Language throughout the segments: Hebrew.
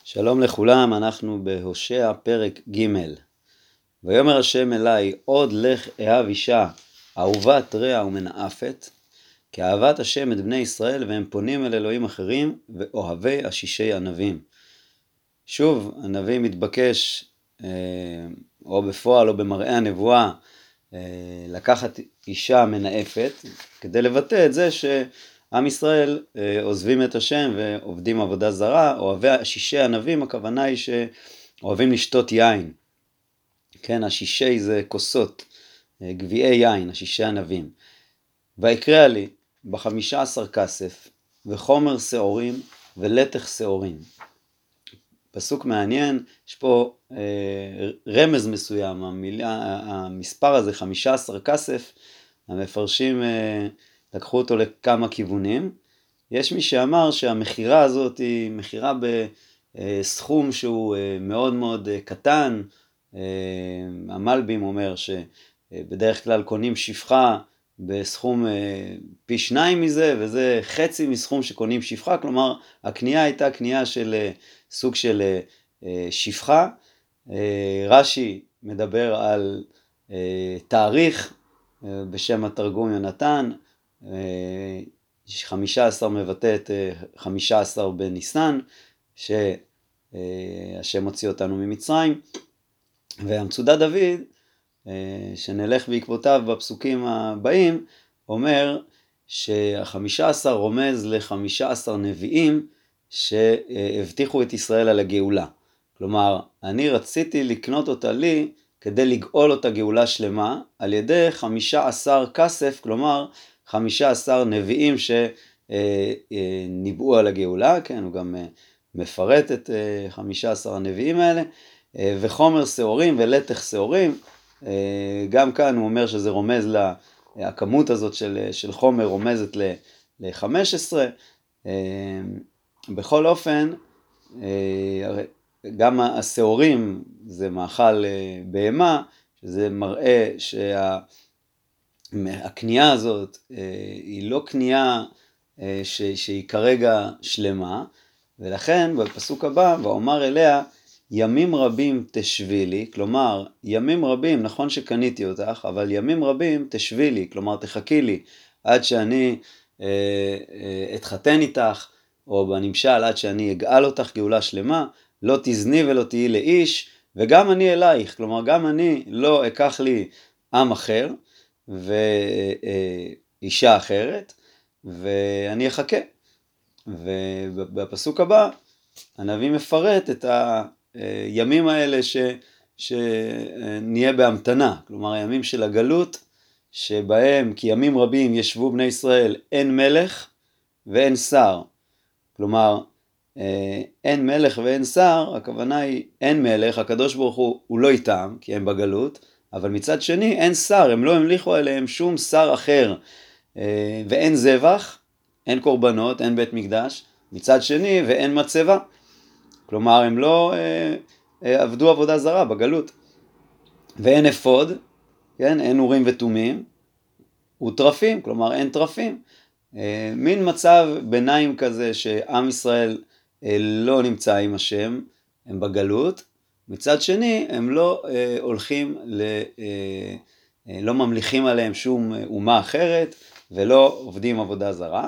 שלום לכולם, אנחנו בהושע פרק ג'. ויאמר השם אלי, עוד לך אהב אישה, אהובת רע ומנאפת, כי אהבת השם את בני ישראל, והם פונים אל אלוהים אחרים, ואוהבי השישי ענבים. שוב, הנביא מתבקש, או בפועל או במראה הנבואה, לקחת אישה מנאפת, כדי לבטא את זה שעם ישראל עוזבים את השם ועובדים עבודה זרה. אוהבי השישי ענבים, הכוונה היא שאוהבים לשתות יין. כן, השישי זה כוסות, גביעי יין, השישי ענבים. ויקרא לי ב15 כסף, וחומר שעורים ולתך שעורים. פסוק מעניין, יש פה רמז מסוים, המספר הזה 15 כסף, המפרשים לקחו אותו לכמה כיוונים. יש מי שאמר שהמחירה הזאת היא מחירה בסכום שהוא מאוד מאוד קטן. המלבים אומר שבדרך כלל קונים שפחה בסכום פי 2 מזה, וזה חצי מסכום שקונים שפחה, כלומר הקנייה הייתה קנייה של סוג של שפחה. רש"י מדבר על תאריך בשם התרגום יונתן, 15 מבטא את 15 בניסן, שהשם הוציא אותנו ממצרים. והמצודת דוד, שנלך בעקבותיו בפסוקים הבאים, אומר שה15 רומז ל15 נביאים שהבטיחו את ישראל על הגאולה. כלומר, אני רציתי לקנות אותה לי כדי לגאול אותה גאולה שלמה, על ידי 15 כסף, כלומר 15 נביאים שניבאו על הגאולה. כן, הוא גם מפרט את 15 הנביאים האלה. וחומר שעורים ולתך שעורים, גם כאן הוא אומר שזה רומז הכמות הזאת של חומר רומזת ל-15. בכל אופן, גם השעורים זה מאכל בהמה, שזה מראה שהקנייה הזאת היא לא קנייה שהיא כרגע שלמה, ולכן בפסוק הבא, ואומר אליה, ימים רבים תשבי לי, כלומר ימים רבים, נכון שקניתי אותך, אבל ימים רבים תשבי לי, כלומר תחכי לי עד שאני אתחתן איתך, או בנמשל עד שאני אגאל אותך גאולה שלמה. לא תזני ולא תהי לאיש, וגם אני אלייך, כלומר גם אני לא אקח לי עם אחר ואישה אחרת, ואני אחכה. ובפסוק הבא הנביא מפרט את הימים האלה שנהיה בהמתנה, כלומר הימים של הגלות, שבהם כי ימים רבים ישבו בני ישראל, אין מלך ואין שר. כלומר אין מלך ואין שר, הכוונה היא אין מלך, הקדוש ברוך הוא לא איתם כי הם בגלות, אבל מצד שני אין שר, הם לא המליכו עליהם שום שר אחר, ואין זבח, אין קורבנות, אין בית מקדש, מצד שני ואין מצבה, כלומר הם לא עבדו עבודה זרה בגלות. ואין אפוד, כן? אין אורים ותומים, וטרפים, כלומר אין טרפים. מין מצב ביניים כזה שעם ישראל לא נמצא עם השם, הם בגלות, מצד שני הם לא הולכים, לא ממליכים עליהם שום אומה אחרת, ולא עובדים עבודה זרה.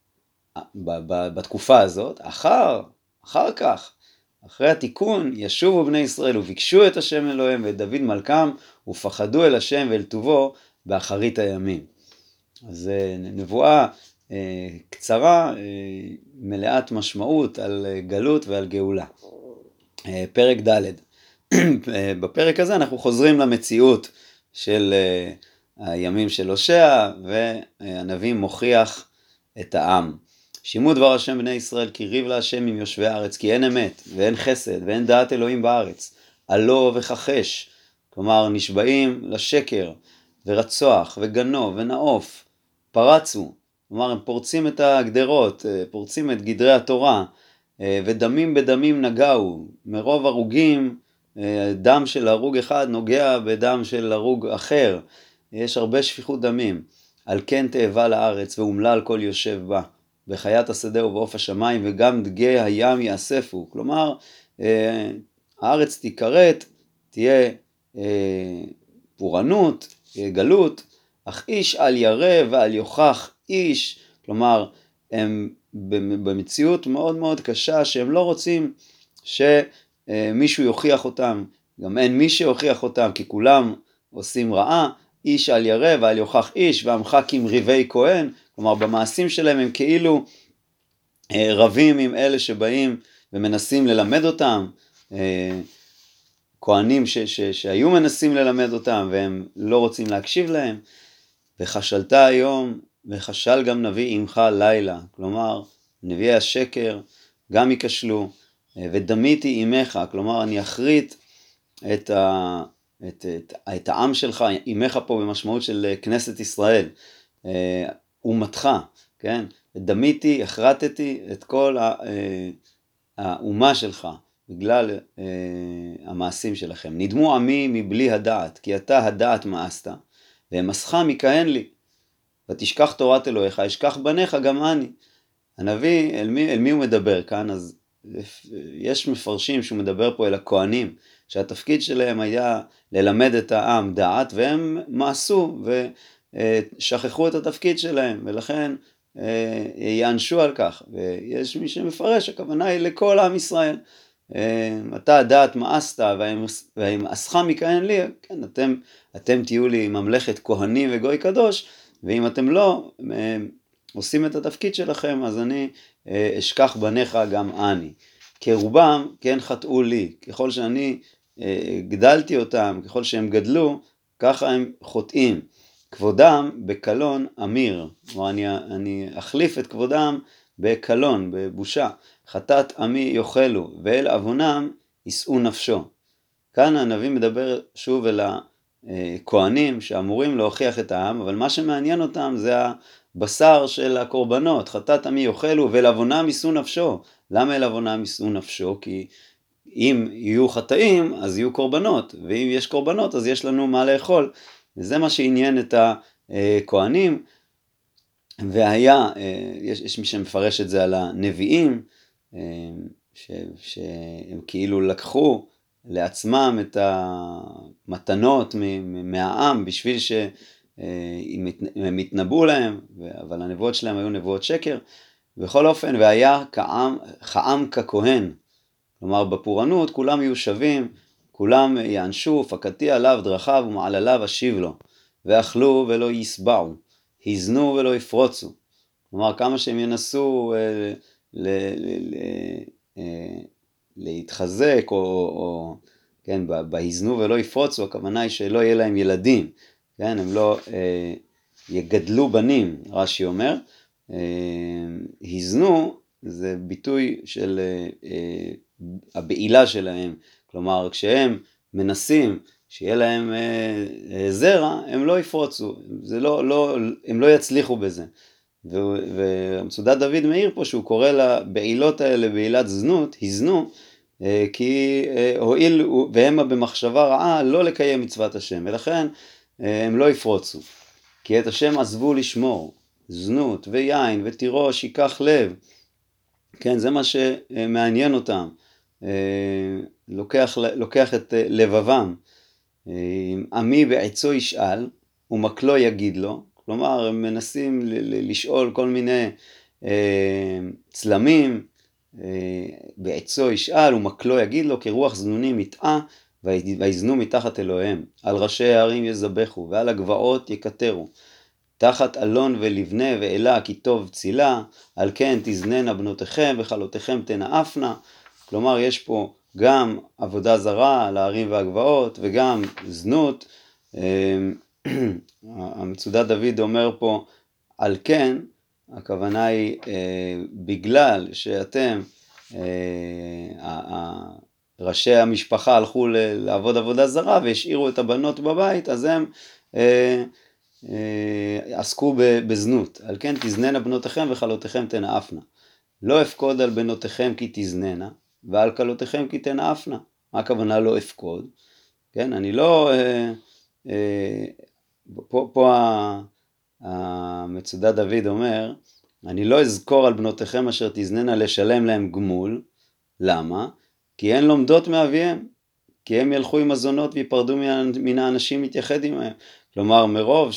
בתקופה הזאת, אחר כך, אחרי התיקון, ישובו בני ישראל וביקשו את השם אלוהים ואת דוד מלכם, ופחדו אל השם ואל טובו באחרית הימים. אז נבואה קצרה, מלאת משמעות על גלות ועל גאולה. פרק ד'. בפרק הזה אנחנו חוזרים למציאות של הימים של הושע, והנביא מוכיח את העם. שימו דבר השם בני ישראל, כי ריב להשם עם יושבי הארץ, כי אין אמת ואין חסד ואין דעת אלוהים בארץ, עלו וכחש, כלומר נשבעים לשקר ורצוח וגנוב ונעוף, פרצו, כלומר הם פורצים את הגדרות, פורצים את גדרי התורה, ודמים בדמים נגעו, מרוב הרוגים, דם של הרוג אחד נוגע בדם של הרוג אחר, יש הרבה שפיכות דמים. על כן תאבה לארץ ואומלה על כל יושב בה, בחיית השדה ובעוף השמיים, וגם דגי הים יאספו. כלומר, הארץ תיכרת, תהיה פורענות, גלות, אך איש אל ירא ואל יוכח איש. כלומר, הם במציאות מאוד מאוד קשה, שהם לא רוצים שמישהו יוכיח אותם, גם אין מי שיוכיח אותם, כי כולם עושים רעה. איש אל ירא ואל יוכח איש, ועמך כמריבי כהן. כלומר, במעשים שלהם הם כאילו רבים עם אלה שבאים ומנסים ללמד אותם, כהנים שהיו מנסים ללמד אותם והם לא רוצים להקשיב להם. וחשלת היום וחשל גם נביא עמך לילה. כלומר, נביאי השקר גם ייכשלו, ודמיתי עמך. כלומר, אני אחריט את העם שלך, עמך פה במשמעות של כנסת ישראל, אומתך, כן? דמיתי, החרטתי את כל האומה שלך בגלל המעשים שלכם. נדמו עמי מבלי הדעת, כי אתה הדעת מאסת, והמסך מכהן לי, ותשכח תורת אלוהיך, אשכח בניך גם אני. הנביא, אל מי הוא מדבר כאן? אז יש מפרשים שהוא מדבר פה אל הכהנים, שהתפקיד שלהם היה ללמד את העם דעת, והם מעשו ושכחו את התפקיד שלהם, ולכן יענשו על כך. ויש מי שמפרש, הכוונה היא לכל עם ישראל. אתה הדעת מאסת והמאסך מכהן לי, כן, אתם תהיו לי ממלכת כהנים וגוי קדוש, ואם אתם לא עושים את התפקיד שלכם, אז אני אשכח בניך גם אני. כרובם, כן, חטאו לי. ככל שאני גדלתי אותם, ככל שהם גדלו, ככה הם חוטאים. כבודם בקלון אמיר. כלומר, אני אחליף את כבודם בקלון, בבושה. חטאת עמי יאכלו, ואל עוונם יישאו נפשו. כאן הנביא מדבר שוב אל הכהנים שאמורים להוכיח את העם, אבל מה שמעניין אותם זה הבשר של הקורבנות. חטאת עמי יאכלו, ואל עוונם יישאו נפשו. למה אל עוונם יישאו נפשו? כי אם יהיו חטאים, אז יהיו קורבנות, ואם יש קורבנות, אז יש לנו מה לאכול. וזה מה שעניין את הכהנים. והיה, יש מי שמפרש את זה על הנביאים, שהם כאילו לקחו לעצמם את המתנות מהעם, בשביל שהם יתנבאו להם, אבל הנבואות שלהם היו נבואות שקר. בכל אופן, והיה כעם ככהן. כלומר, בפורענות כולם יהיו שווים, כולם יענשו, פקדתי עליו דרכיו ומעלליו אשיב לו, ואכלו ולא יסבעו, הזנו ולא יפרוצו. כלומר, כמה שהם ינסו להתחזק, או כן, בהזנו ולא יפרוצו, הכוונה היא שלא יהיה להם ילדים, כן, הם לא יגדלו בנים, רש"י אומר. הזנו זה ביטוי של הבעילה שלהם. כלומר, כשהם מנסים שיהיה להם זרע, הם לא יפרוצו, הם לא יצליחו בזה. ומצודת דוד מאיר פה שהוא קורא לבעילות האלה בעילת זנות, הזנו, כי הועיל והם במחשבה רעה לא לקיים מצוות השם, ולכן הם לא יפרוצו. כי את השם עזבו לשמור, זנות ויין ותירוש ייקח לב. כן, זה מה שמעניין אותם. לוקח את לבבם. עמי בעצו ישאל ומקלו יגיד לו. כלומר, הם מנסים לשאול כל מיני צלמים. בעצו ישאל ומקלו יגיד לו, כרוח זנונים יטעה ויזנו מתחת אלוהיהם. על ראשי הערים יזבחו ועל הגבעות יקטרו. תחת אלון ולבנה ואלה כי טוב צילה, על כן תזננה בנותיכם וחלותיכם תנאפנה. כלומר, יש פה גם עבודה זרה על הערים והגבעות וגם זנות. המצודת דוד אומר פה על כן, הכוונה היא בגלל שאתם, ראשי המשפחה הלכו לעבוד עבודה זרה והשאירו את הבנות בבית, אז הם עסקו בזנות. על כן תזננה בנותיכם וחלותיכם תנאפנה. לא אפקוד על בנותיכם כי תזננה, ועל כלותיכם כי תנאפנה. מה הכוונה לא אפקוד? כן, אני לא... פה המצודת דוד אומר, אני לא אזכור על בנותיכם אשר תזננה לשלם להם גמול. למה? כי הן לומדות מאביהם, כי הם ילכו עם הזונות ויפרדו מן האנשים מתייחד עמהם. כלומר, מרוב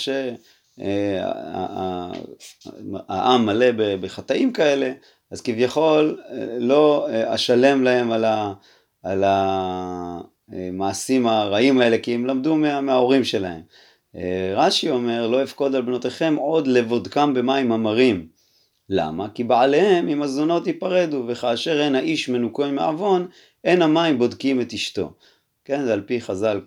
שהעם מלא בחטאים כאלה, אז כביכול לא אשלם להם על המעשים הרעים האלה, כי הם למדו מההורים שלהם. רש"י אומר, לא אפקוד על בנותיכם עוד לבודקם במים המרים. למה? כי בעליהם עם הזונות ייפרדו, וכאשר אין האיש מנוקה מעוון, אין המים בודקים את אשתו. כן, זה על פי חז"ל,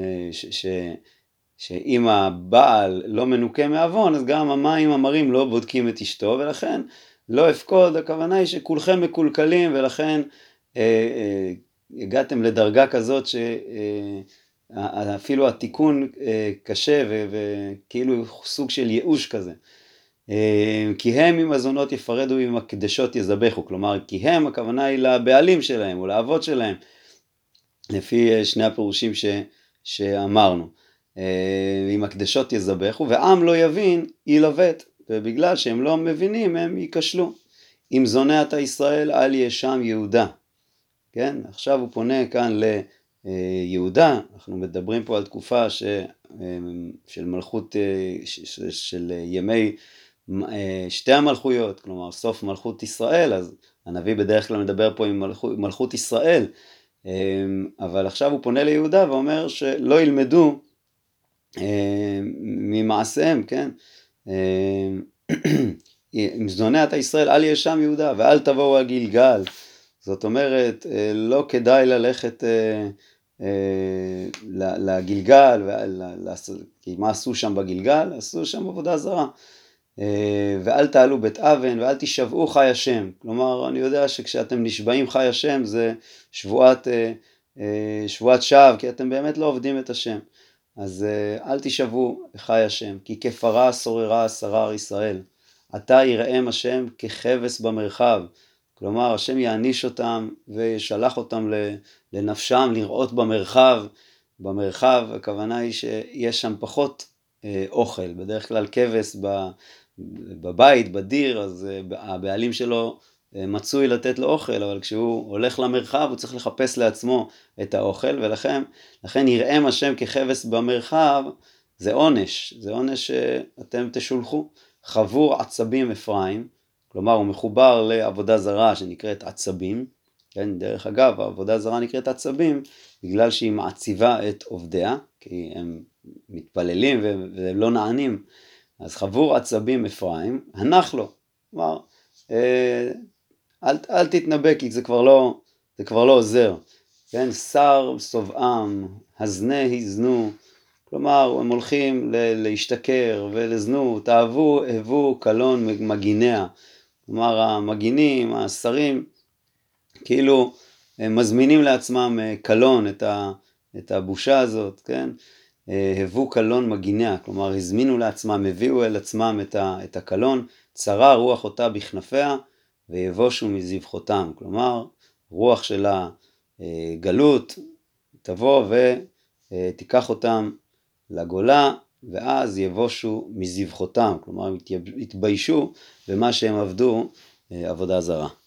שאם הבעל לא מנוקה מעוון, אז גם המים המרים לא בודקים את אשתו, ולכן לא אפקוד, הכוונה היא שכולכם מקולקלים, ולכן הגעתם לדרגה כזאת שאפילו התיקון קשה, וכאילו סוג של ייאוש כזה. כי הם עם הזונות יפרדו ועם הקדשות יזבחו, כלומר כי הם, הכוונה היא לבעלים שלהם או לאבות שלהם, לפי שני הפירושים שאמרנו. עם הקדשות יזבחו, ועם לא יבין ילבט, ובגלל שהם לא מבינים הם ייכשלו. אם זונה אתה ישראל אל ישם יהודה. כן, עכשיו הוא פונה כאן ליהודה, אנחנו מדברים פה על תקופה של מלכות, של ימי שתי המלכויות, כלומר סוף מלכות ישראל, אז הנביא בדרך כלל מדבר פה עם מלכות ישראל, אבל עכשיו הוא פונה ליהודה ואומר שלא ילמדו ממעשיהם, כן? אם זונה אתה ישראל אל ישם יהודה ואל תבואו הגלגל. זאת אומרת, לא כדאי ללכת לגלגל, כי מה עשו שם בגלגל? עשו שם עבודה זרה. ואל תעלו בית אבן ואל תשבעו חי השם. כלומר, אני יודע שכשאתם נשבעים חי השם זה שבועת שווא, כי אתם באמת לא עובדים את השם. אז אל תשבעו חי השם, כי כפרה סוררה שרר ישראל. עתה יראם השם כחבס במרחב. כלומר, השם יעניש אותם וישלח אותם לנפשם לראות במרחב. במרחב, הכוונה היא שיש שם פחות אוכל. בדרך כלל כבש בבית, בדיר, אז הבעלים שלו מצוי לתת לו אוכל, אבל כשהוא הולך למרחב הוא צריך לחפש לעצמו את האוכל, ולכן יראם השם כחבש במרחב, זה עונש שאתם תשולחו. חבור עצבים אפרים, כלומר הוא מחובר לעבודה זרה שנקראת עצבים, כן? דרך אגב, העבודה זרה נקראת עצבים בגלל שהיא מעציבה את עובדיה, כי הם מתפללים והם לא נענים. אז חבור עצבים אפרים, הנח לו, כלומר, אל תתנבא, כי זה כבר לא עוזר, כן? שר סובעם, הזנה הזנו, כלומר הם הולכים להשתכר ולזנות, אהבו הבו קלון מגיניה, כלומר המגינים, השרים, כאילו הם מזמינים לעצמם קלון, את הבושה הזאת, כן? הבו קלון מגיניה, כלומר הזמינו לעצמם, הביאו אל עצמם את הקלון, צרה רוח אותה בכנפיה ויבושו מזבחותם, כלומר רוח של הגלות תבוא ותיקח אותם לגולה, ואז יבושו מזבחותם, כלומר יתביישו במה שהם עבדו עבודה זרה.